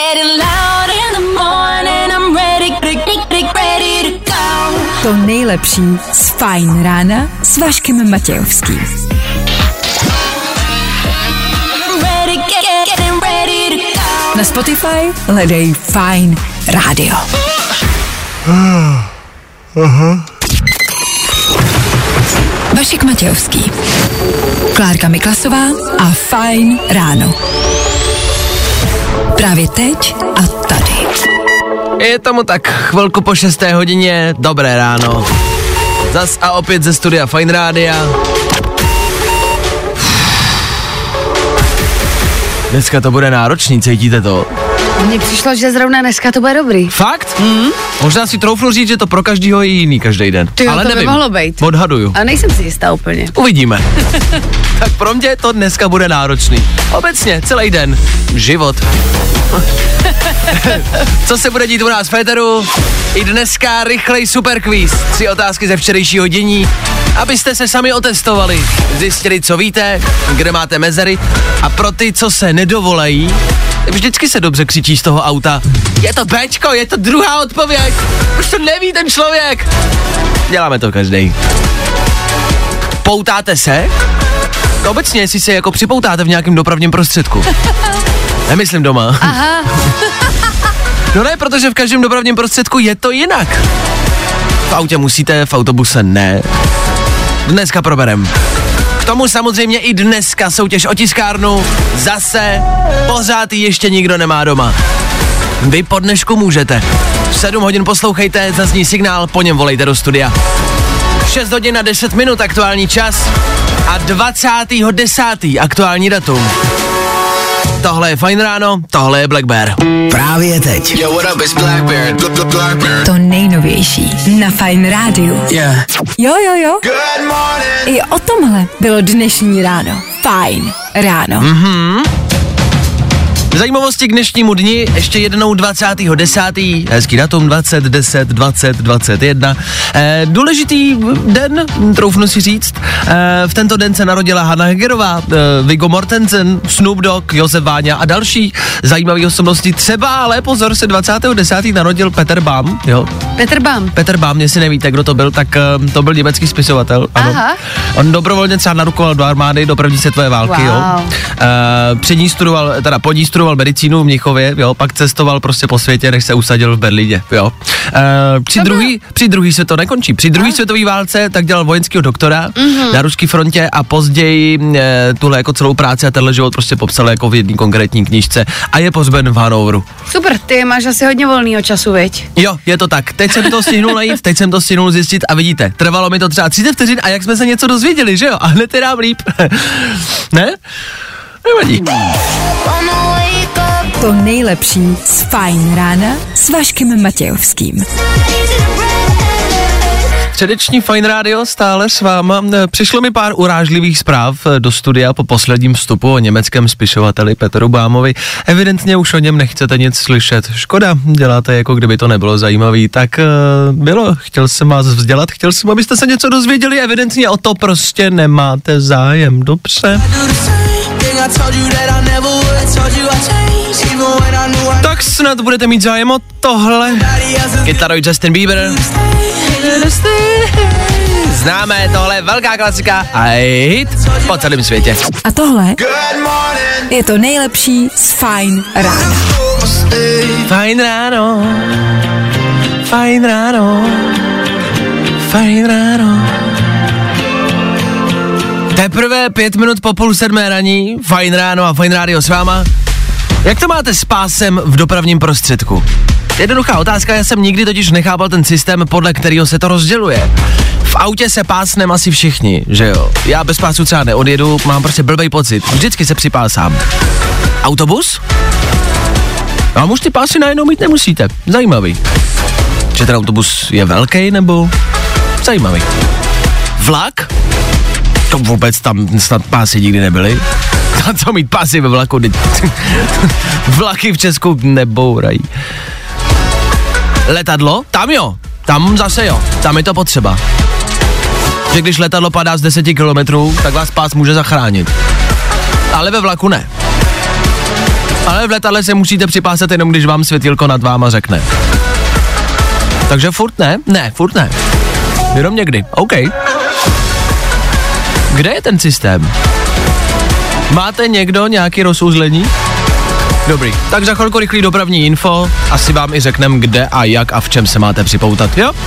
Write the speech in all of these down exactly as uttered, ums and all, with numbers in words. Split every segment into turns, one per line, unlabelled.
To nejlepší z Fajn rána s Vaškem Matějovským. Na Spotify hledej Fajn rádio.
Aha.
Vašek Matějovský, Klárka Miklasová a Fajn ráno. Právě teď a tady.
Je tomu tak, chvilku po šesté hodině, dobré ráno. Zas a opět ze studia Fajn rádia. Dneska to bude náročný, cítíte to?
Mně přišlo, že zrovna dneska to bude dobrý.
Fakt? Mm. Možná si troufnu říct, že to pro každýho je jiný každý den.
Tyjo,
ale
to
nevím.
by mohlo být.
Odhaduju.
A nejsem si jistá úplně.
Uvidíme. Tak pro mě to dneska bude náročný. Obecně, celý den. Život. Co se bude dít u nás v éteru? I dneska rychlej superkvíz. Tři otázky ze včerejšího dění, abyste se sami otestovali. Zjistili, co víte, kde máte mezery. A pro ty, co se nedovolají, vždycky se dobře křičí z toho auta. Je to Bčko, je to druhá odpověď. Už to neví ten člověk. Děláme to každej. Poutáte se? Obecně, jestli se jako připoutáte v nějakém dopravním prostředku. Nemyslím doma.
Aha.
No ne, protože v každém dopravním prostředku je to jinak. V autě musíte, v autobuse ne. Dneska proberem. K tomu samozřejmě i dneska soutěž o tiskárnu. Zase pořád ji ještě nikdo nemá doma. Vy po dnešku můžete. V sedm hodin poslouchejte, zazní signál, po něm volejte do studia. šest hodin a deset minut aktuální čas a dvacátého desátého aktuální datum. Tohle je Fajn ráno, tohle je Black Bear.
Právě teď.
Yo, what up, it's Black Bear. Black Bear.
To nejnovější na Fajn rádiu.
Yeah.
Jo, jo, jo.
Good morning.
I o tomhle bylo dnešní ráno. Fajn ráno.
Mhm. Zajímavosti k dnešnímu dni, ještě jednou dvacátého desátého hezký datum, dvacet, deset, dvacet, dvacet jedna. E, důležitý den, troufnu si říct, e, v tento den se narodila Hana Hegerová, e, Viggo Mortensen, Snoop Dogg, Josef Váňa a další zajímavé osobnosti. Třeba, ale pozor, se dvacátého desátého narodil Peter Baum, jo.
Petr Baum.
Peter Baum, jestli nevíte, kdo to byl, tak e, to byl německý spisovatel. Ano.
Aha.
On dobrovolně třeba narukoval do armády do první světové války,
Wow.
jo. E, před ní studoval, teda pod ní studoval medicínu v Mnichově, jo, pak cestoval prostě po světě, než se usadil v Berlíně, jo. E, při druhý, při druhý se to nekončí. Při druhé světové válce tak dělal vojenského doktora mm-hmm. na ruské frontě a později e, tuhle jako celou práci a tenhle život prostě popsal jako v jedné konkrétní knížce a je pohřben v Hannoveru.
Super, ty máš asi hodně volného času, viď?
Jo, je to tak. Teď jsem to stihnul najít, teď jsem to stihnul zjistit a vidíte, trvalo mi to třeba třicet vteřin a jak jsme se něco dozvěděli, že jo? A hned je nám líp. Ne? Nevadí.
To nejlepší z Fajn rána s Vaškem Matějovským.
Středeční Fajn rádio stále s váma. Přišlo mi pár urážlivých zpráv do studia po posledním vstupu o německém spisovateli Peteru Baumovi. Evidentně už o něm nechcete nic slyšet. Škoda, děláte jako kdyby to nebylo zajímavý. Tak uh, bylo, chtěl jsem vás vzdělat, chtěl jsem, abyste se něco dozvěděli, evidentně o to prostě nemáte zájem. Dobře. Tak snad budete mít zájem o tohle. Kytaroj Justin Bieber. Známe, tohle je velká klasika a hit po celém světě.
A tohle je to nejlepší z Fajn rána.
Fajn ráno, Fajn ráno, Fajn ráno. Teprve pět minut po půl sedmé raní, Fajn ráno a Fajn rádio s váma. Jak to máte s pásem v dopravním prostředku? Jednoduchá otázka, já jsem nikdy totiž nechápal ten systém, podle kterého se to rozděluje. V autě se pásnem asi všichni, že jo? Já bez pásu třeba neodjedu, mám prostě blbej pocit. Vždycky se připásám. Autobus? A už ty pásy najednou mít nemusíte. Zajímavý. Že ten autobus je velký nebo zajímavý. Vlak? To vůbec tam snad pásy nikdy nebyly. A co mít pásy ve vlaku? Vlaky v Česku nebourají. Letadlo? Tam jo. Tam zase jo. Tam je to potřeba. Že když letadlo padá z deseti kilometrů, tak vás pás může zachránit. Ale ve vlaku ne. Ale v letadle se musíte připásat jenom, když vám světýlko nad váma řekne. Takže furt ne? Ne, furt ne. Jenom někdy, OK. Kde je ten systém? Máte někdo nějaký rozuzlení? Dobrý, tak za chvilku rychlý dopravní info, asi vám i řeknem, kde a jak a v čem se máte připoutat, jo?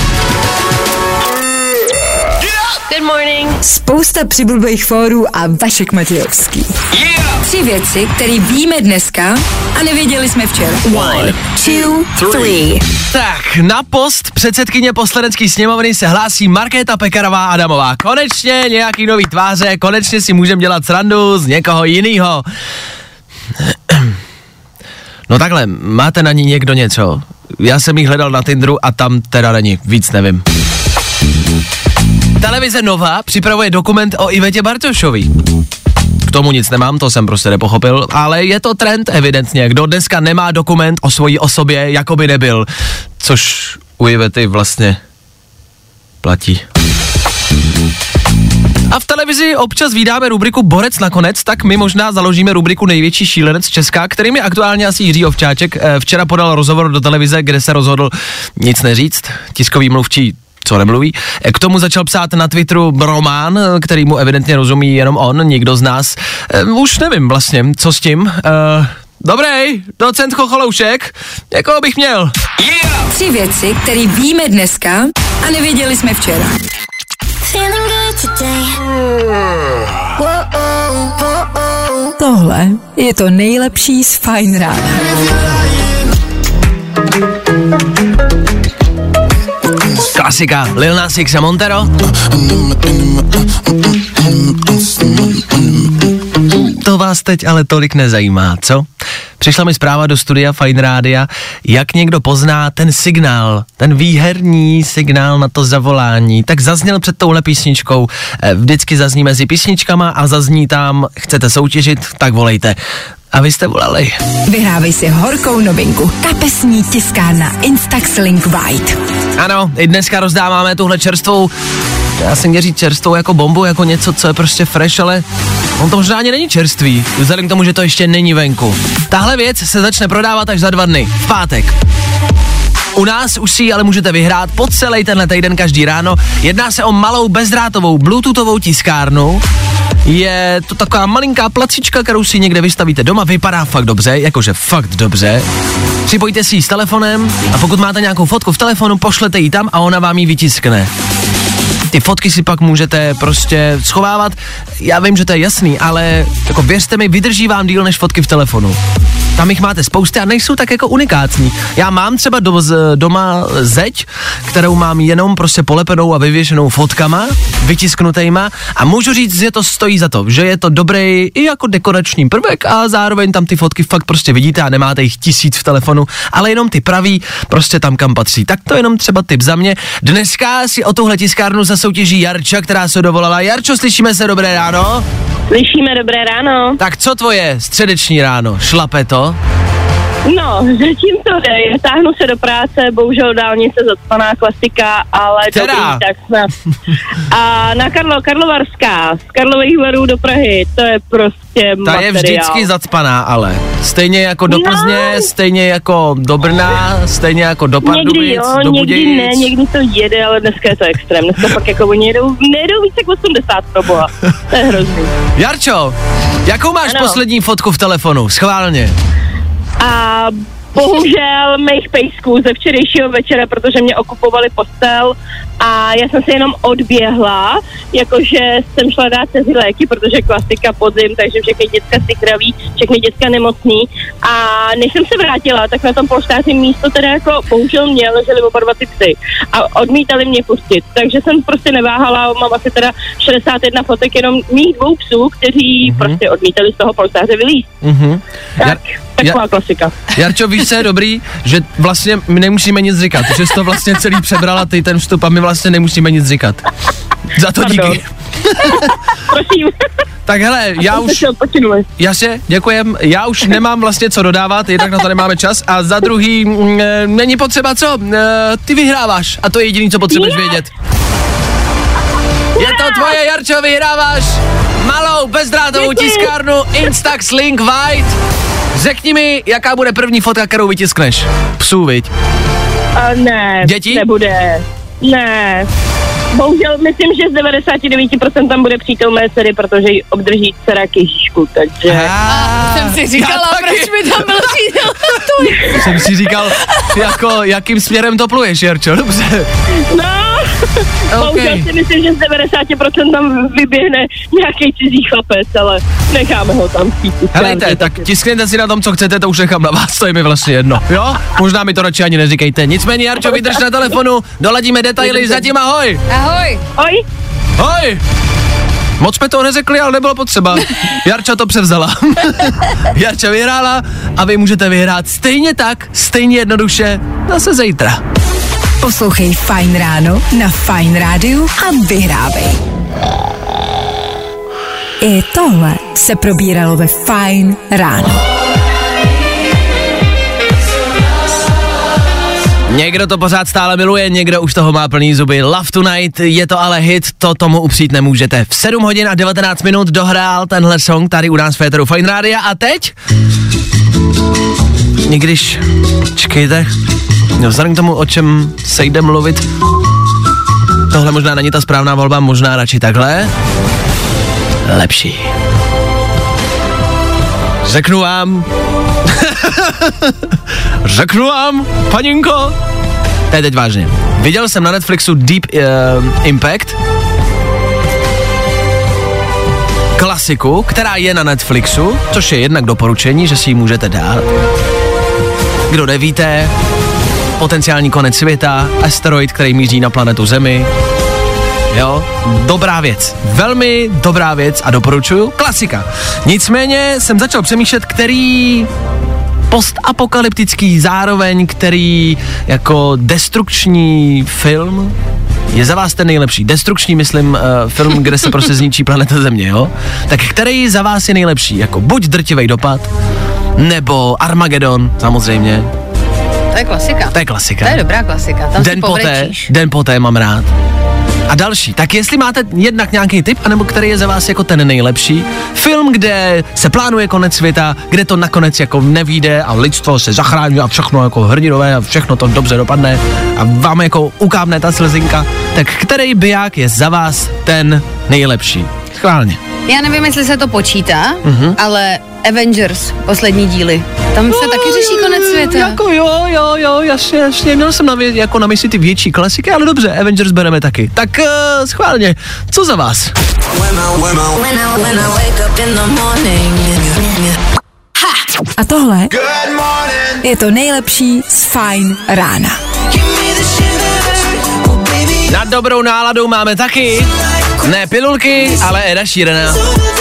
Good morning. Spousta přibulbých fórů a Vašek Matějovský. Yeah. Tři věci, které víme dneska a nevěděli jsme včera. One, two, three.
Tak, na post předsedkyně poslanecké sněmovny se hlásí Markéta Pekarová Adamová. Konečně nějaký nový tváře, konečně si můžeme dělat srandu z někoho jinýho. No takhle, máte na ní někdo něco? Já jsem jí hledal na Tinderu a tam teda není, víc nevím. Televize Nova připravuje dokument o Ivetě Bartošové. K tomu nic nemám, to jsem prostě nepochopil, ale je to trend evidentně. Kdo dneska nemá dokument o svojí osobě, jako by nebyl. Což u Ivety vlastně platí. A v televizi občas vídáme rubriku Borec nakonec, tak my možná založíme rubriku Největší šílenec Česka, kterým je aktuálně asi Jiří Ovčáček. Včera podal rozhovor do televize, kde se rozhodl nic neříct. Tiskový mluvčí co nemluví. K tomu začal psát na Twitteru román, který mu evidentně rozumí jenom on, nikdo z nás. Už nevím vlastně, co s tím. Uh, Dobrý, docent Chocholoušek, jakoho bych měl.
Yeah! Tři věci, které víme dneska a nevěděli jsme včera. Tohle je to nejlepší z Fajn rána.
Klasika, Lil Nas X a Montero. To vás teď ale tolik nezajímá, co? Přišla mi zpráva do studia Fajn rádia, jak někdo pozná ten signál, ten výherní signál na to zavolání. Tak zazněl před touhle písničkou, vždycky zazní mezi písničkama a zazní tam, chcete soutěžit, tak volejte. A vy jste volali.
Vyhrávej si horkou novinku. Kapesní tiskárna Instax Link White.
Ano, i dneska rozdáváme tuhle čerstvou, já jsem měří čerstvou jako bombu, jako něco, co je prostě fresh, ale on to možná ani není čerstvý, vzhledem k tomu, že to ještě není venku. Tahle věc se začne prodávat až za dva dny, v pátek. U nás už si ji ale můžete vyhrát po celý tenhle týden každý ráno. Jedná se o malou bezdrátovou bluetoothovou tiskárnu. Je to taková malinká placička, kterou si někde vystavíte doma, vypadá fakt dobře, jakože fakt dobře. Připojte si ji s telefonem a pokud máte nějakou fotku v telefonu, pošlete ji tam a ona vám ji vytiskne. Ty fotky si pak můžete prostě schovávat, já vím, že to je jasný, ale jako věřte mi, vydrží vám díl než fotky v telefonu. Tam jich máte spousty a nejsou tak jako unikátní. Já mám třeba do, z, doma zeď, kterou mám jenom prostě polepenou a vyvěšenou fotkama, vytisknutejma a můžu říct, že to stojí za to, že je to dobrý i jako dekorační prvek a zároveň tam ty fotky fakt prostě vidíte a nemáte jich tisíc v telefonu, ale jenom ty pravý prostě tam, kam patří. Tak to jenom třeba tip za mě. Dneska si o tuhle tiskárnu zasoutěží Jarča, která se dovolala. Jarčo, slyšíme se, dobré ráno?
Slyšíme, dobré ráno.
Tak co tvoje středeční ráno? Šlape to?
No, zatím to jde, táhnu se do práce, bohužel dálnice zacpaná, klasika, ale
Která?
dobrý, tak snad. A na Karlo, Karlovarská, z Karlových Varů do Prahy, to je prostě
Ta
materiál.
je vždycky zacpaná, ale stejně jako do Plzně, no. Stejně jako do Brna, stejně jako do Pardubic,
někdy jo,
do
někdy
Budějic.
ne, někdy to jede, ale dneska je to extrém, dneska pak jako oni jedou, nejedou víc jak osmdesát, proboha, to je hrozný.
Jarčo, jakou máš
ano.
poslední fotku v telefonu, schválně?
A bohužel mých pejsků ze včerejšího večera, protože mě okupovali postel a já jsem se jenom odběhla, jakože jsem šla dát cizí léky, protože klasika podzim, takže všechny děcka si zdraví, všechny děcka nemocný a než jsem se vrátila, tak na tom polštáři místo teda jako bohužel mě leželi oba dva ty psy a odmítali mě pustit, takže jsem prostě neváhala, mám asi teda šedesát jedna fotek jenom mých dvou psů, kteří mm-hmm. prostě odmítali z toho polštáře vylízt.
Mm-hmm.
Tak,
Jar-
taková
Jar-
klasika.
Jarčo, víš, co je dobrý, že vlastně my nemusíme nic říkat, že jsi to vlastně celý přebrala ty ten vstup a my vlastně nemusíme nic říkat. Za to
Pardon.
díky.
Prosím.
Tak hele, já už, jasně, děkujem, já už nemám vlastně co dodávat, jednak na to nemáme čas a za druhý m, e, není potřeba co, e, ty vyhráváš a to je jediný, co potřebuješ vědět. Je to tvoje, Jarčo, vyhráváš malou bezdrátovou tiskárnu Instax Link White Řekni mi, jaká bude první fotka, kterou vytiskneš. Psů, viď?
Uh, ne,
Děti?
Nebude. Ne. Bohužel myslím, že z devadesát devět procent tam bude přítel mé dcery, protože ji obdrží dcera k Ježíšku, takže...
A jsem si říkala, proč mi tam byl přítel.
Jsem si říkal, jako, jakým směrem to pluješ, Jarčo, dobře.
No, bohužel si myslím, že z devadesát procent tam vyběhne nějaký cizí chlapec, ale necháme ho tam cítit.
Helejte, tak tiskněte si na tom, co chcete, to už nechám na vás, to je mi vlastně jedno, jo? Možná mi to radši ani neříkejte. Nicméně, Jarčo, vydrž na telefonu, doladíme detaily, zatím ahoj.
Ahoj.
Oj.
Ahoj. Moc jsme to neřekli, ale nebylo potřeba. Jarča to převzala. Jarča vyhrála a vy můžete vyhrát stejně tak, stejně jednoduše, zase zítra.
Poslouchej Fajn ráno na Fajn rádiu a vyhrávej. I tohle se probíralo ve Fajn ráno.
Někdo to pořád stále miluje, někdo už toho má plný zuby. Love Tonight, je to ale hit, to tomu upřít nemůžete. V sedm hodin a devatenáct minut dohrál tenhle song tady u nás v éteru Fajn rádia a teď? I když, čekejte, no vzhledem k tomu, o čem se jde mluvit, tohle možná není ta správná volba, možná radši takhle. Lepší. Řeknu vám, řeknu vám, paninko, to je teď vážně. Viděl jsem na Netflixu Deep uh, Impact, klasiku, která je na Netflixu, což je jednak doporučení, že si ji můžete dát. Kdo nevíte, potenciální konec světa, asteroid, který míří na planetu Zemi. Jo, dobrá věc, velmi dobrá věc a doporučuju, klasika. Nicméně jsem začal přemýšlet, který postapokalyptický zároveň, který jako destrukční film je za vás ten nejlepší. Destrukční, myslím, uh, film, kde se prostě zničí planeta Země, jo? Tak který za vás je nejlepší? Jako buď Drtivej dopad, nebo Armageddon, samozřejmě.
To je klasika.
To je klasika.
To je dobrá klasika, tam
den
si
poté,
povrečíš.
Den poté mám rád. A další, tak jestli máte jednak nějaký tip, anebo který je za vás jako ten nejlepší, film, kde se plánuje konec světa, kde to nakonec jako nevyjde a lidstvo se zachrání a všechno jako hrdinové a všechno to dobře dopadne a vám jako ukápne ta slzinka, tak který biják je za vás ten nejlepší? Schválně.
Já nevím, jestli se to počítá,
Mhm.
ale Avengers, poslední díly, tam se taky řeší konec světa.
Jako jo, jo, jo, jasně, jasně, měl jsem na, vě, jako na mysli ty větší klasiky, ale dobře, Avengers bereme taky. Tak uh, schválně, co za vás?
A tohle je to nejlepší z Fajn rána.
Na dobrou náladu máme taky, ne pilulky, ale Eda Sheerana.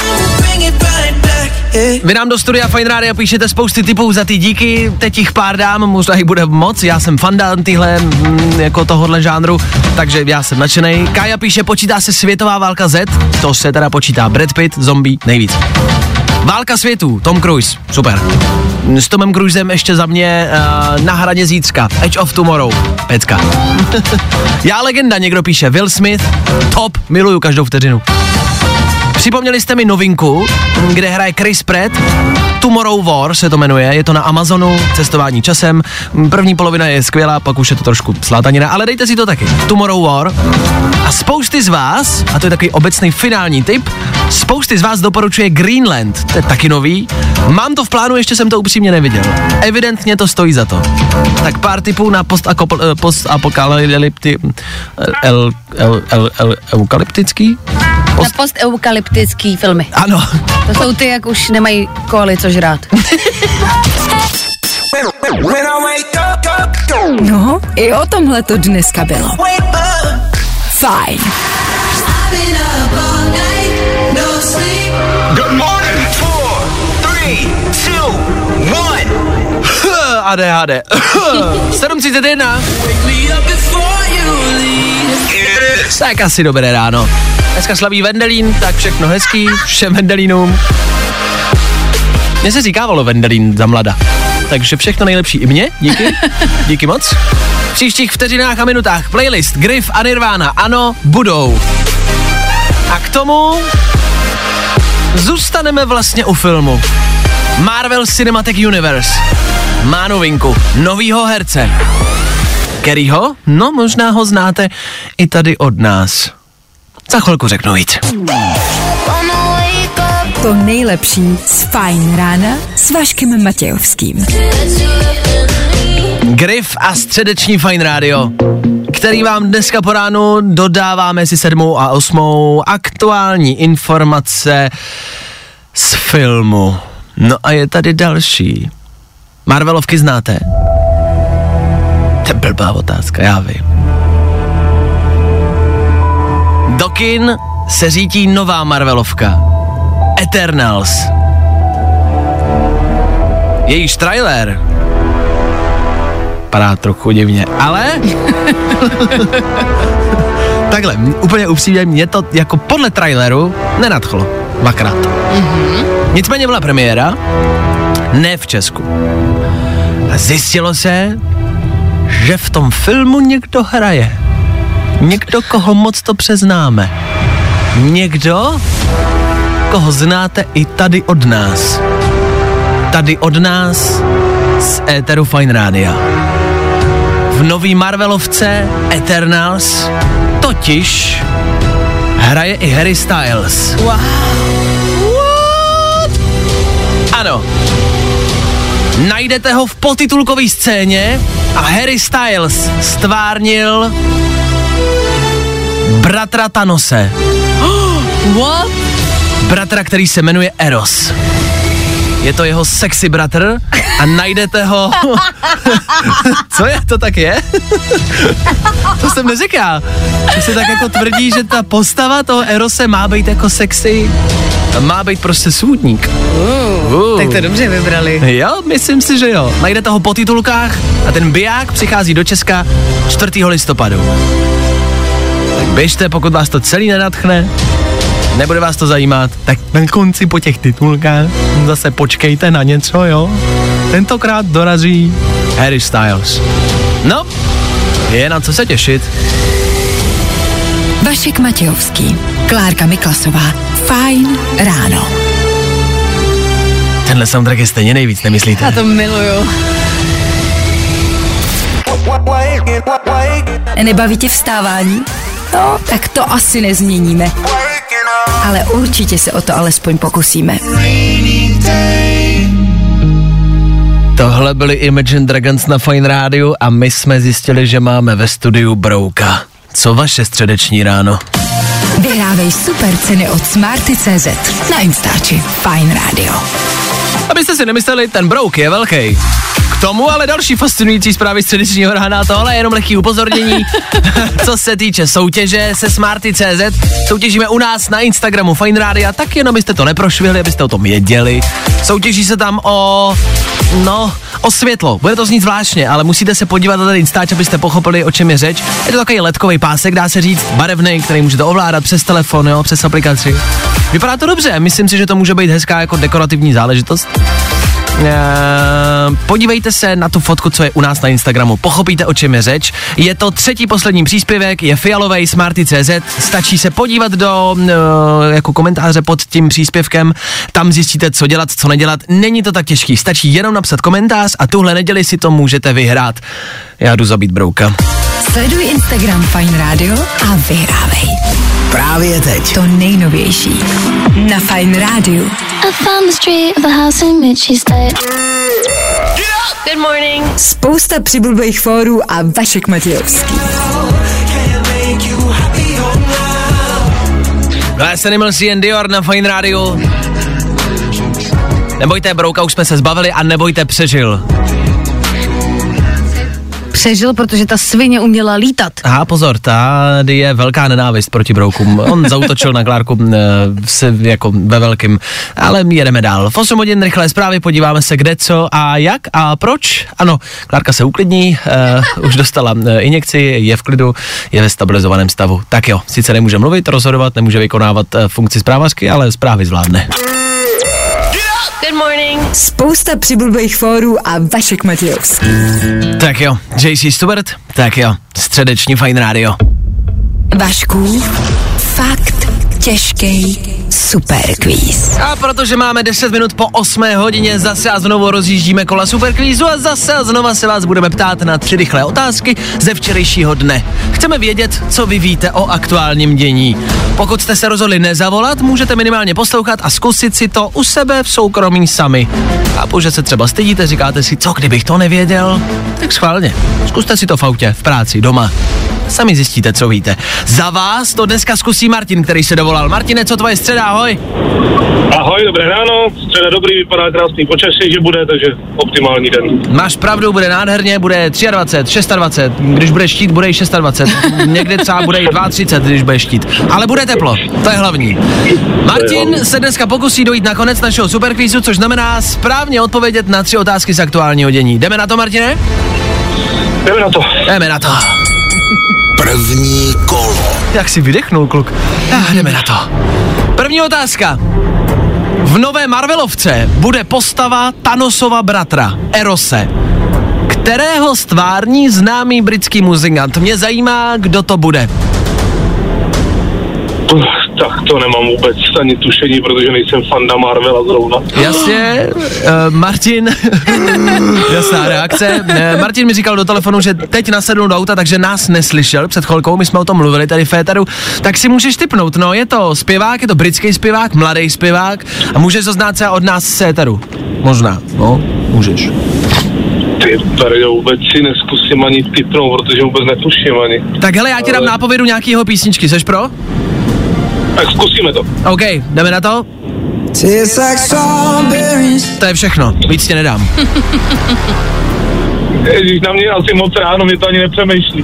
Vy nám do studia Fajn rádia píšete spousty tipů za ty díky, teď jich pár dám, možná jich bude moc, já jsem fanda týhle, mm, jako tohohle žánru, takže já jsem nadšenej. Kája píše, počítá se světová válka Z, to se teda počítá, Brad Pitt, zombie, nejvíc. Válka světů, Tom Cruise, super. S Tomem Cruisem ještě za mě uh, Na hraně zítřka, Edge of Tomorrow, pecka. Já legenda, někdo píše, Will Smith, top, miluju každou vteřinu. Připomněli jste mi novinku, kde hraje Chris Pratt, Tomorrow War se to jmenuje, je to na Amazonu, cestování časem, první polovina je skvělá, pak už je to trošku slátanina, ale dejte si to taky, Tomorrow War. A spousty z vás, a to je takový obecný finální tip, spousty z vás doporučuje Greenland, to je taky nový, mám to v plánu, ještě jsem to upřímně neviděl, evidentně to stojí za to. Tak pár tipů na postapokalypty, el, el, el, el, eukalyptický?
Na post-eukalyptický filmy.
Ano.
To jsou ty, jak už nemají koali co žrát.
No, i o tomhle to dneska bylo. Fajn.
Good morning. Four, three, two, one.
A D H D. sedm třicet jedna. Tak asi dobré ráno. Dneska slaví Vendelín, tak všechno hezký, všem Vendelínům. Mně se říkávalo Vendelín za mlada. Takže všechno nejlepší i mně, díky, díky moc. V příštích vteřinách a minutách playlist Griff a Nirvana, ano, budou. A k tomu zůstaneme vlastně u filmu. Marvel Cinematic Universe má novinku, novýho herce. Kterýho? No, možná ho znáte i tady od nás. Za chvilku řeknu víc.
To nejlepší z Fajn rána s Vaškem Matějovským.
Griff a středeční Fajn rádio, který vám dneska po ránu dodává mezi sedmou a osmou aktuální informace z filmu. No a je tady další. Marvelovky znáte? To je blbá otázka, já vím. Do kin se řítí nová Marvelovka. Eternals. Jejíž trailer padá trochu divně, ale takhle, úplně upřímně, mě to jako podle traileru nenadchlo dvakrát. Mm-hmm. Nicméně byla premiéra, ne v Česku. A zjistilo se, že v tom filmu někdo hraje. Někdo, koho moc to přeznáme. Někdo, koho znáte i tady od nás. Tady od nás z éteru Fajn rádia. V nový Marvelovce Eternals totiž hraje i Harry Styles.
Wow.
What? Ano. Najdete ho v podtitulkové scéně a Harry Styles stvárnil bratra Thanose.
What?
Bratra, který se jmenuje Eros. Je to jeho sexy bratr a najdete ho... Co je? To tak je? To jsem neříkal. Že se tak jako tvrdí, že ta postava toho Erose má být jako sexy. Má být prostě svůdník.
Uh, uh. Tak to dobře vybrali.
Jo, myslím si, že jo. Najdete ho po titulkách a ten biják přichází do Česka čtvrtého listopadu. Tak běžte, pokud vás to celý nenadchne, nebude vás to zajímat, tak na konci po těch titulkách zase počkejte na něco, jo. Tentokrát dorazí Harry Styles. No, je na co se těšit.
Vašek Matějovský, Klárka Miklasová, Fajn ráno.
Tenhle soundtrack je stejně nejvíc, nemyslíte?
Já to miluju.
Nebaví tě vstávání? No, tak to asi nezměníme. Ale určitě se o to alespoň pokusíme.
Tohle byly Imagine Dragons na Fajn rádiu a my jsme zjistili, že máme ve studiu Brouka. Co vaše středeční ráno?
Vyhrávej super ceny od Smarty tečka cé zet na Instači Fajn rádio.
Abyste si nemysleli, ten Brouk je velký. K tomu ale další fascinující zprávy středečního rána, tohle je jenom lehký upozornění. Co se týče soutěže se Smarty tečka cé zet, soutěžíme u nás na Instagramu Fajn rádia, tak jenom abyste to neprošvihli, abyste o tom věděli. Soutěží se tam o, no, o světlo. Bude to znít zvláštně, ale musíte se podívat na ten Instač, abyste pochopili, o čem je řeč. Je to takový ledkový pásek, dá se říct, barevný, který můžete ovládat přes telefon, jo, přes aplikaci. Vypadá to dobře, myslím si, že to může být hezká jako dekorativní záležitost. Uh, podívejte se na tu fotku, co je u nás na Instagramu, pochopíte, o čem je řeč. Je to třetí poslední příspěvek, je fialovej, Smarty tečka cé zet, stačí se podívat do uh, jako komentáře pod tím příspěvkem, tam zjistíte, co dělat, co nedělat. Není to tak těžký, stačí jenom napsat komentář a tuhle neděli si to můžete vyhrát. Já jdu zabít Brouka.
Sleduj Instagram Fajn rádio a vyhrávej.
Právě teď.
To nejnovější na Fajn rádiu.
Good morning.
Spousta přibulbých fórů a Vašek Matějovský.
Glass Animals and Dior na Fajn rádiu. Nebojte, Brouka už jsme se zbavili a nebojte, přežil.
Přežil, protože ta svině uměla lítat.
Aha, pozor, tady je velká nenávist proti Broukům. On zaútočil na Klárku se jako ve velkým, ale jedeme dál. V osm hodin rychlé zprávy, podíváme se kde, co a jak a proč. Ano, Klárka se uklidní, uh, už dostala injekci, je v klidu, je ve stabilizovaném stavu. Tak jo, sice nemůže mluvit, rozhodovat, nemůže vykonávat uh, funkci zprávařky, ale zprávy zvládne.
Good morning.
Spousta přibulbých fórů a Vašek Matějovský.
Tak jo, J C Stewart, tak jo, středeční Fajn rádio.
Vašku, fakt těžký Super Quiz.
A protože máme deset minut po osmé hodině, zase a znovu rozjíždíme kola Super Quizu a zase a znova se vás budeme ptát na tři rychlé otázky ze včerejšího dne. Chceme vědět, co vy víte o aktuálním dění. Pokud jste se rozhodli nezavolat, můžete minimálně poslouchat a zkusit si to u sebe v soukromí sami. Chápu, že se třeba stydíte, říkáte si, co kdybych to nevěděl? Tak schválně. Zkuste si to v autě, v práci, doma. Sami zjistíte, co víte. Za vás to dneska zkusí Martin, který se dovolal. Martine, co tvoje středa, ahoj?
Ahoj, dobré ráno. Středa dobrý, vypadá krásný počasí, že bude, takže optimální den.
Máš pravdu, bude nádherně, bude dvacet tři, dvacet šest, když bude štít, bude i dvacet šest, někde třeba bude i třicet dva, když bude štít. Ale bude teplo, to je hlavní. Martin se dneska pokusí dojít na konec našeho superkvízu, což znamená správně odpovědět na tři otázky z aktuálního dění. Jdeme na to, Martine?
Jdeme na to.
Jdeme na to.
První kolo.
Jak si vydechnul, kluk. Ah, jdeme na to. První otázka. V nové Marvelovce bude postava Thanosova bratra, Erose. Kterého stvární známý britský muzikant? Mě zajímá, kdo to bude.
Uh, tak to nemám vůbec ani tušení, protože nejsem fanda Marvela zrovna.
Jasně, uh, Martin, jasná reakce. Uh, Martin mi říkal do telefonu, že teď nasedl do auta, takže nás neslyšel před chvilkou, my jsme o tom mluvili tady v éteru, tak si můžeš tipnout, no je to zpěvák, je to britský zpěvák, mladý zpěvák a můžeš to znát třeba od nás z éteru. Možná, no, můžeš.
Ty, tady vůbec si neskusím ani tipnout, protože vůbec netuším ani.
Tak hele, já ti dám
Ale...
nápovědu nějakýho písničky, seš pro?
Tak zkusíme to.
OK, jdeme na to? To je všechno, víc ti nedám.
Ježíš, na mě asi moc ráno, mě to ani nepřemýšlí.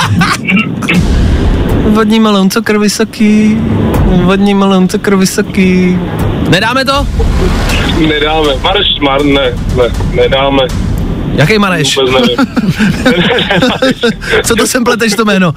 Vodní melon, cukr vysoký, vodní melon, cukr vysoký. Nedáme to?
Nedáme, marš, mar, ne, ne, nedáme.
Jaký Mareš?
Vůbec nevím.
Co to sem pleteš to jméno?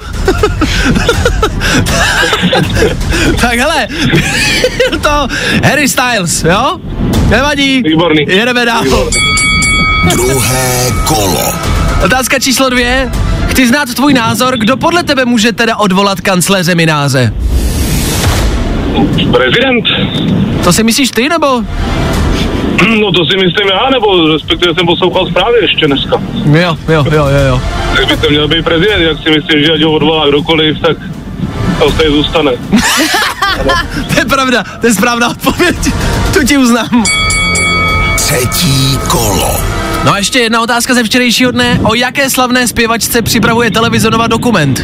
Tak hele, to Harry Styles, jo? Nevadí.
Výborný.
Jedeme dál.
Výborný.
Druhé kolo.
Otázka číslo dvě. Chci znát tvůj názor, kdo podle tebe může teda odvolat kancléře Mináře?
Prezident.
To si myslíš ty, nebo?
No to si myslím já, nebo respektive jsem poslouchal zprávy ještě dneska.
Jo, jo, jo, jo, jo.
Tak by to měl být prezident, jak si myslím, že ať ho odvolá kdokoliv, tak to tady zůstane.
To je pravda, to je správná odpověď, tu ti uznám.
Třetí kolo.
No a ještě jedna otázka ze včerejšího dne. O jaké slavné zpěvačce připravuje Televizionova dokument?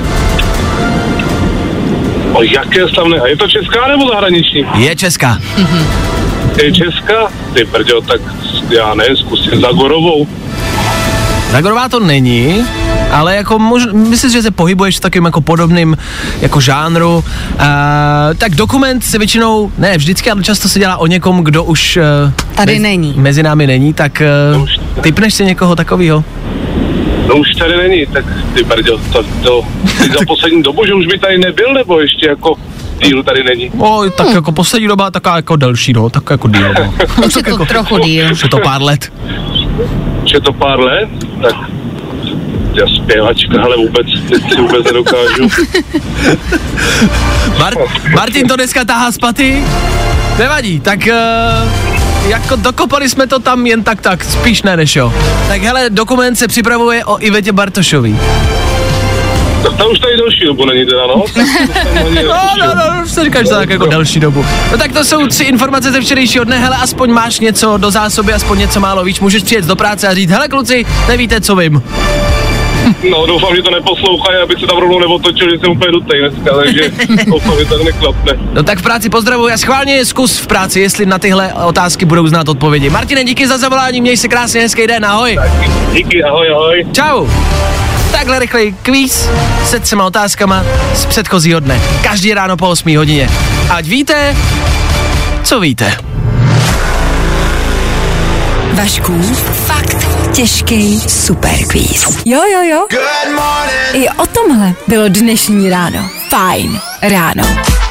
O jaké slavné? A je to česká nebo zahraniční?
Je česká.
Je česká? Ty brďo, tak já ne, zkusím Zagorovou.
Zagorová to není, ale jako mož, myslím, že se pohybuješ v takovým jako podobným jako žánru. Uh, tak dokument se většinou, ne vždycky, ale často se dělá o někom, kdo už uh,
tady
mezi,
není.
Mezi námi není, tak uh, typneš si někoho takovýho?
No už tady není, tak ty brďo, to, to ty za poslední dobu, že už by tady nebyl, nebo ještě jako díl tady není.
O, tak hmm. jako poslední doba taková jako delší, no, tak jako díl, no.
Už je to
jako,
trochu díl.
Už je to pár let.
Už je to pár let, tak já zpěvačka, ale vůbec, teď si vůbec nedokážu.
Mar- Martin to dneska tahá z paty, nevadí, tak uh, jako dokopali jsme to tam jen tak tak, spíš ne než jo. Tak hele, dokument se připravuje o Ivetě Bartošový.
Tak ta už tady delší dobu není teda, no.
No, no, no, už se říkáš to tak jako další dobu. No tak to jsou tři informace ze včerejšího dne, hele, aspoň máš něco do zásoby, aspoň něco málo víš, můžeš přijet do práce a říct, hele kluci, nevíte, co vím.
No, doufám, že to neposlouchají, aby se tam rovnou neotočil, že jsem úplně dutej dneska, takže doufám, že tak neklapne.
No tak v práci pozdravuji a schválně zkus v práci, jestli na tyhle otázky budou znát odpovědi. Martine, díky za zavolání, měj se krásně, hezký den, ahoj.
Tak, díky, ahoj, ahoj.
Čau. Takhle rychlej kvíz se třema otázkama z předchozího dne. Každý ráno po osmé hodině. Ať víte, co víte.
Vaškův fakt těžký superkvíz. Jo, jo, jo.
Good morning.
I o tomhle bylo dnešní ráno. Fajn ráno.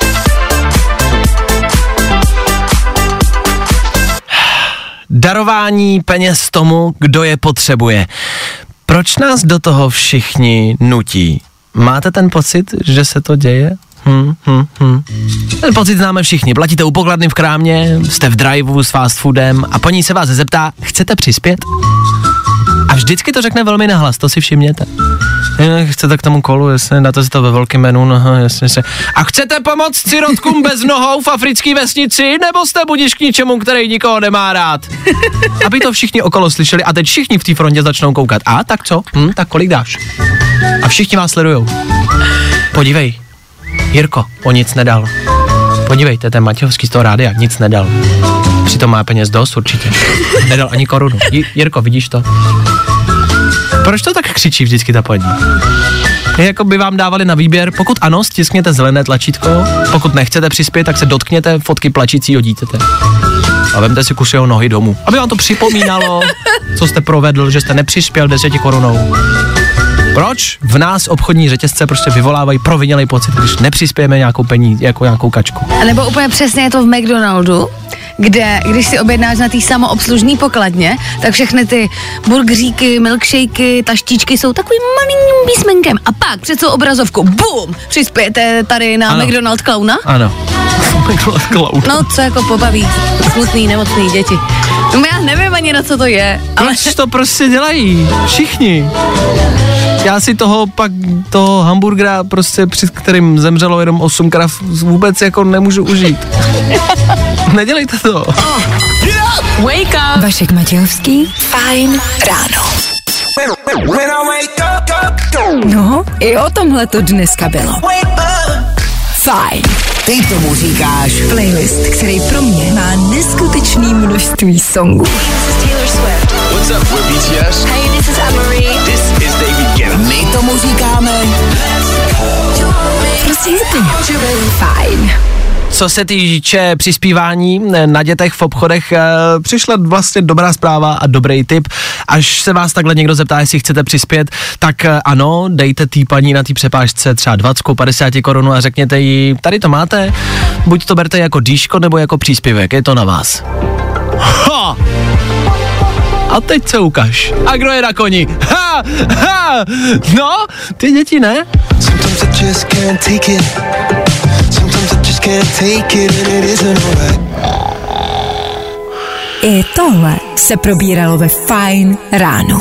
Darování peněz tomu, kdo je potřebuje. Proč nás do toho všichni nutí? Máte ten pocit, že se to děje? Hmm, hmm, hmm. Ten pocit známe všichni. Platíte u pokladny v krámě, jste v driveu s fast foodem a po ní se vás zeptá, chcete přispět? A vždycky to řekne velmi nahlas, to si všimněte. Chcete k tomu kolu, jasně, dáte si to ve velkém menu, no, jasně, jasně. A chcete pomoct sirotkům bez nohou v africké vesnici, nebo jste budiš k ničemu, který nikoho nemá rád? Aby to všichni okolo slyšeli a teď všichni v té frontě začnou koukat. A, tak co? Hm, tak kolik dáš? A všichni vás sledujou. Podívej, Jirko, o nic nedal. Podívejte, ten Matějovský z toho rádia nic nedal. Přitom má peněz dost určitě. Nedal ani korunu. J- Jirko, vidíš to? Proč to tak křičí vždycky ta paní? Jako by vám dávali na výběr, pokud ano, stiskněte zelené tlačítko, pokud nechcete přispět, tak se dotkněte fotky plačícího dítěte. A vemte si kus jeho nohy domů. Aby vám to připomínalo, co jste provedl, že jste nepřispěl deseti korunou. Proč v nás obchodní řetězce prostě vyvolávají provinělej pocit, když nepřispějeme nějakou peníze, jako nějakou kačku?
A nebo úplně přesně je to v McDonaldu, kde, když si objednáš na té samoobslužné pokladně, tak všechny ty burgeríky, milkshakey, taštičky jsou takovým malým písmenkem. A pak před svou obrazovku, bum, přispějete tady na ano. McDonald klauna?
Ano. McDonald klauna.
No, co jako pobaví smutný, nemocný děti. No, já nevím ani, na co to je. Ale...
Proč to prostě dělají? Všichni. Já si toho pak, toho hamburgera prostě, před kterým zemřelo jenom osm krav, vůbec jako nemůžu užít. Nedělejte to.
Wake up. Vašek Matějovský, Fajn ráno. No, i o tomhle to dneska bylo. Fajn.
Ty tomu říkáš
Playlist, který pro mě má neskutečný množství songů.
What's up, we're B T S.
Hey, this is Anne-Marie.
This is David Guetta. My tomu říkáme
Prostě hity. Fajn.
Co se týče přispívání na dětech v obchodech, přišla vlastně dobrá zpráva a dobrý tip. Až se vás takhle někdo zeptá, jestli chcete přispět, tak ano, dejte tý paní na té přepážce třeba dvacet, padesát korun a řekněte jí, tady to máte, buď to berte jako dýško nebo jako příspěvek, je to na vás. Ha! A teď se ukaž. A kdo je na koni? Ha! Ha! No, ty děti ne?
I tohle se probíralo ve Fajn ráno.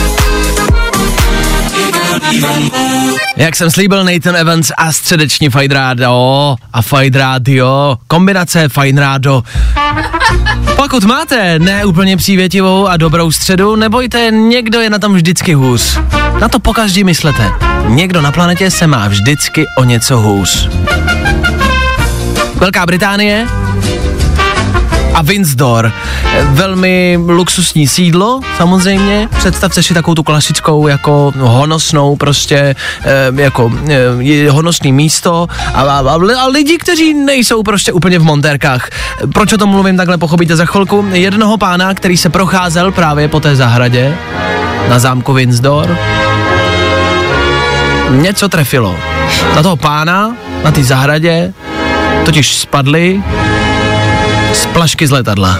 Jak jsem slíbil, Nathan Evans a středeční Fajn rádio a Fajn rádio, kombinace Fajn rádio. Pokud máte neúplně přívětivou a dobrou středu, nebojte, někdo je na tom vždycky hůř. Na to pokaždý myslete. Někdo na planetě se má vždycky o něco hůř. Velká Británie a Windsor. Velmi luxusní sídlo, samozřejmě. Představte si takovou tu klasickou, jako honosnou, prostě, eh, jako eh, honosný místo a, a, a, a lidi, kteří nejsou prostě úplně v montérkách. Proč o tom mluvím, takhle pochopíte za chvilku. Jednoho pána, který se procházel právě po té zahradě na zámku Windsor, něco trefilo. Na toho pána, na té zahradě, totiž spadly z plašky z letadla.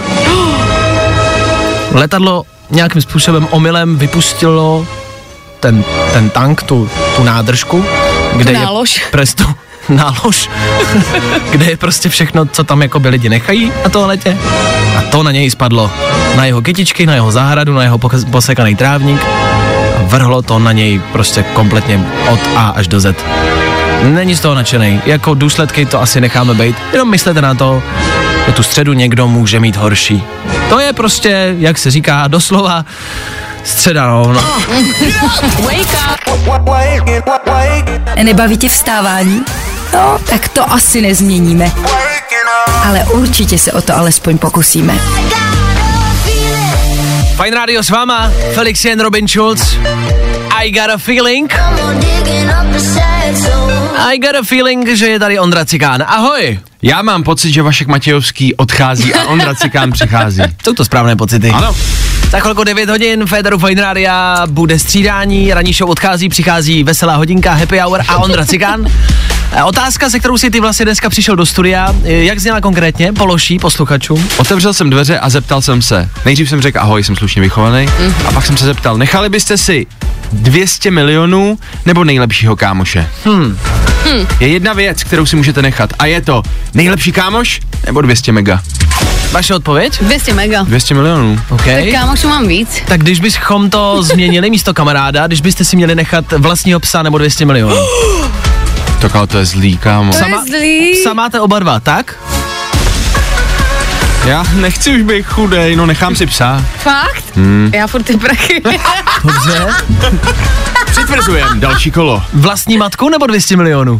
Letadlo nějakým způsobem omylem vypustilo ten, ten tank, tu, tu nádržku, kde
tu nálož.
je presto, nálož, kde je prostě všechno, co tam jako by lidi nechají na toaletě. A to na něj spadlo. Na jeho kytičky, na jeho zahradu, na jeho posekaný trávník. A vrhlo to na něj prostě kompletně od A až do Z. Není z toho nadšenej. Jako důsledky to asi necháme bejt. Jenom myslete na to, že tu středu někdo může mít horší. To je prostě, jak se říká, doslova středa, no. no.
Nebaví tě vstávání? No, tak to asi nezměníme. Ale určitě se o to alespoň pokusíme.
Fajn rádio s váma, Felix Jen, Robin Schulz. I got a feeling. I got a feeling, že je tady Ondra Cikán. Ahoj.
Já mám pocit, že Vašek Matějovský odchází a Ondra Cikán přichází.
Jsou to správné pocity.
Ano.
Za chvilku devět hodin, Féteru Fajn rádia bude střídání, ranní show odchází, přichází veselá hodinka, happy hour a Ondra Cikán. Otázka, se kterou si ty vlastně dneska přišel do studia, jak zněla konkrétně, položí posluchačům?
Otevřel jsem dveře a zeptal jsem se. Nejdřív jsem řekl ahoj, jsem slušně vychovaný, mm-hmm. a pak jsem se zeptal, nechali byste si dvě stě milionů nebo nejlepšího kámoše?
Hmm.
Hmm.
Je jedna věc, kterou si můžete nechat a je to nejlepší kámoš nebo dvě stě mega?
Vaše odpověď?
dvě stě mega.
dvě stě milionů.
Okay.
Tak kámošů mám víc.
Tak když bychom to změnili místo kamaráda, když byste si měli nechat vlastního psa nebo dvě stě milionů.
Tak ale to je zlý, kámo.
To
Sama,
je zlý.
Psa máte oba dva, tak?
Já nechci už být chudej, no nechám si psa.
Fakt?
Hmm.
Já furt ty prachy.
Dobře.
Přitvrzujem, další kolo.
Vlastní matku nebo dvě stě milionů?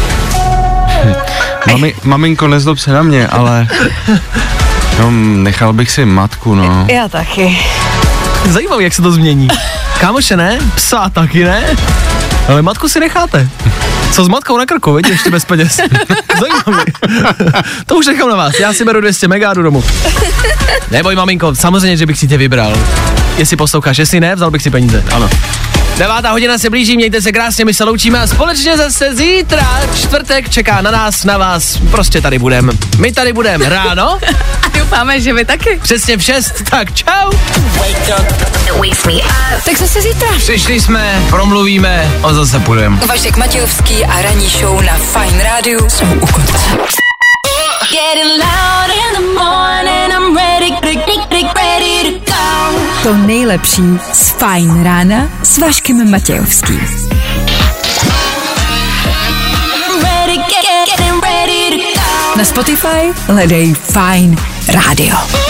Mami, maminko, nezlob se na mě, ale no, nechal bych si matku, no.
Já taky.
Zajímavý, jak se to změní. Kámoše ne, psa taky ne, ale matku si necháte. Co s matkou na krku, vidíš, ještě bez peněz. Zajímavý. To už nechám na vás, já si beru dvě stě mega a jdu domů. Neboj, maminko, samozřejmě, že bych si tě vybral. Jestli posloucháš, jestli ne, vzal bych si peníze.
Ano.
Devátá hodina se blíží, mějte se krásně, my se loučíme a společně zase zítra, čtvrtek, čeká na nás, na vás, prostě tady budeme. My tady budeme ráno.
A doufáme, že vy taky.
Přesně v šest, tak čau.
Tak zase zítra.
Přišli jsme, promluvíme a zase půjdeme.
Vašek Matějovský a ranní show na Fajn rádiu jsou u konce. To nejlepší z Fajn rána s Vaškem Matějovským. Na Spotify hledej Fajn rádio.